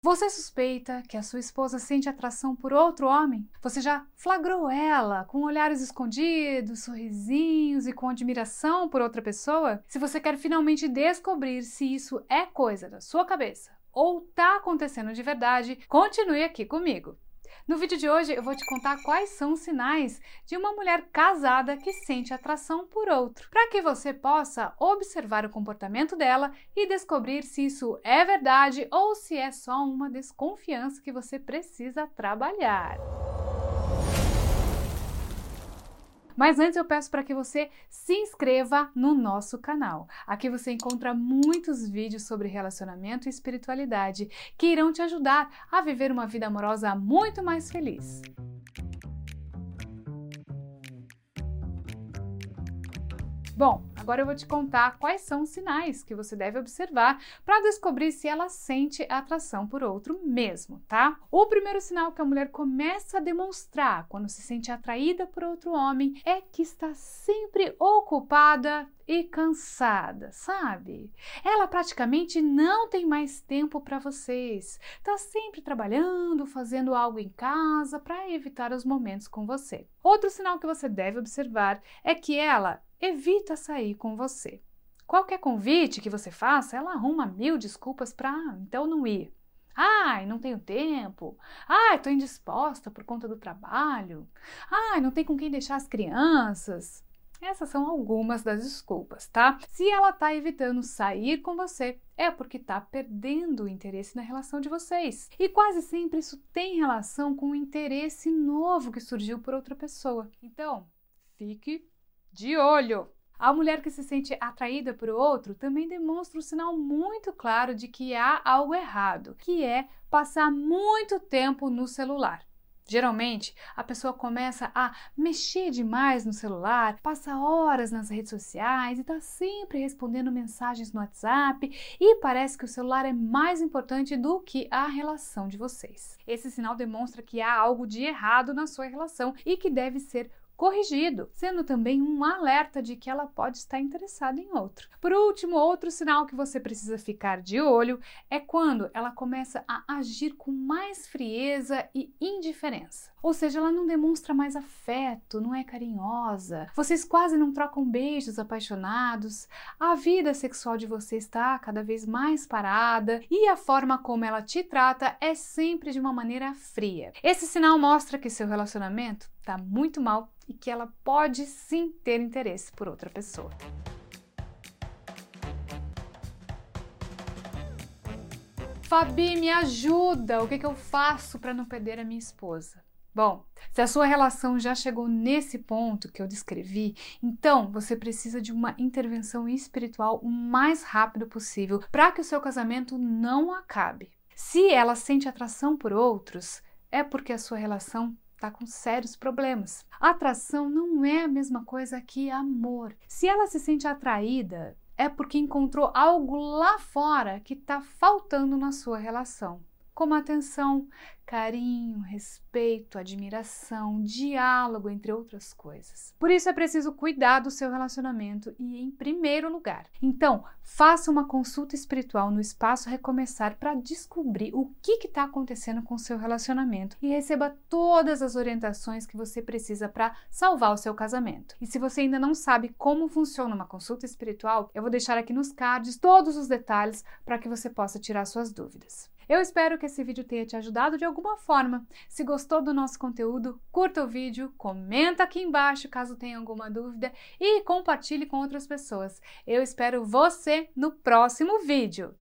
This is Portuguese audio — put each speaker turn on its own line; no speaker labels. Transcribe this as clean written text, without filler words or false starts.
Você suspeita que a sua esposa sente atração por outro homem? Você já flagrou ela com olhares escondidos, sorrisinhos e com admiração por outra pessoa? Se você quer finalmente descobrir se isso é coisa da sua cabeça ou tá acontecendo de verdade, continue aqui comigo. No vídeo de hoje eu vou te contar quais são os sinais de uma mulher casada que sente atração por outro, para que você possa observar o comportamento dela e descobrir se isso é verdade ou se é só uma desconfiança que você precisa trabalhar. Mas antes eu peço para que você se inscreva no nosso canal. Aqui você encontra muitos vídeos sobre relacionamento e espiritualidade que irão te ajudar a viver uma vida amorosa muito mais feliz. Bom, agora eu vou te contar quais são os sinais que você deve observar para descobrir se ela sente atração por outro mesmo, tá? O primeiro sinal que a mulher começa a demonstrar quando se sente atraída por outro homem é que está sempre ocupada e cansada, sabe? Ela praticamente não tem mais tempo para vocês. Tá sempre trabalhando, fazendo algo em casa para evitar os momentos com você. Outro sinal que você deve observar é que ela evita sair com você. Qualquer convite que você faça, ela arruma 1000 desculpas para então não ir. Ai, não tenho tempo. Ai, estou indisposta por conta do trabalho. Ai, não tem com quem deixar as crianças. Essas são algumas das desculpas, tá? Se ela tá evitando sair com você, é porque tá perdendo o interesse na relação de vocês. E quase sempre isso tem relação com um interesse novo que surgiu por outra pessoa. Então, fique de olho! A mulher que se sente atraída por outro também demonstra um sinal muito claro de que há algo errado, que é passar muito tempo no celular. Geralmente, a pessoa começa a mexer demais no celular, passa horas nas redes sociais e está sempre respondendo mensagens no WhatsApp e parece que o celular é mais importante do que a relação de vocês. Esse sinal demonstra que há algo de errado na sua relação e que deve ser corrigido, sendo também um alerta de que ela pode estar interessada em outro. Por último, outro sinal que você precisa ficar de olho é quando ela começa a agir com mais frieza e indiferença. Ou seja, ela não demonstra mais afeto, não é carinhosa, vocês quase não trocam beijos apaixonados, a vida sexual de vocês está cada vez mais parada e a forma como ela te trata é sempre de uma maneira fria. Esse sinal mostra que seu relacionamento está muito mal e que ela pode sim ter interesse por outra pessoa. Fabi, me ajuda! O que eu faço para não perder a minha esposa? Bom, se a sua relação já chegou nesse ponto que eu descrevi, então você precisa de uma intervenção espiritual o mais rápido possível para que o seu casamento não acabe. Se ela sente atração por outros, é porque a sua relação está com sérios problemas. Atração não é a mesma coisa que amor. Se ela se sente atraída, é porque encontrou algo lá fora que está faltando na sua relação, como atenção, carinho, respeito, admiração, diálogo, entre outras coisas. Por isso é preciso cuidar do seu relacionamento e em primeiro lugar. Então, faça uma consulta espiritual no Espaço Recomeçar para descobrir o que está acontecendo com o seu relacionamento e receba todas as orientações que você precisa para salvar o seu casamento. E se você ainda não sabe como funciona uma consulta espiritual, eu vou deixar aqui nos cards todos os detalhes para que você possa tirar suas dúvidas. Eu espero que esse vídeo tenha te ajudado de alguma forma. Se gostou do nosso conteúdo, curta o vídeo, comenta aqui embaixo caso tenha alguma dúvida e compartilhe com outras pessoas. Eu espero você no próximo vídeo.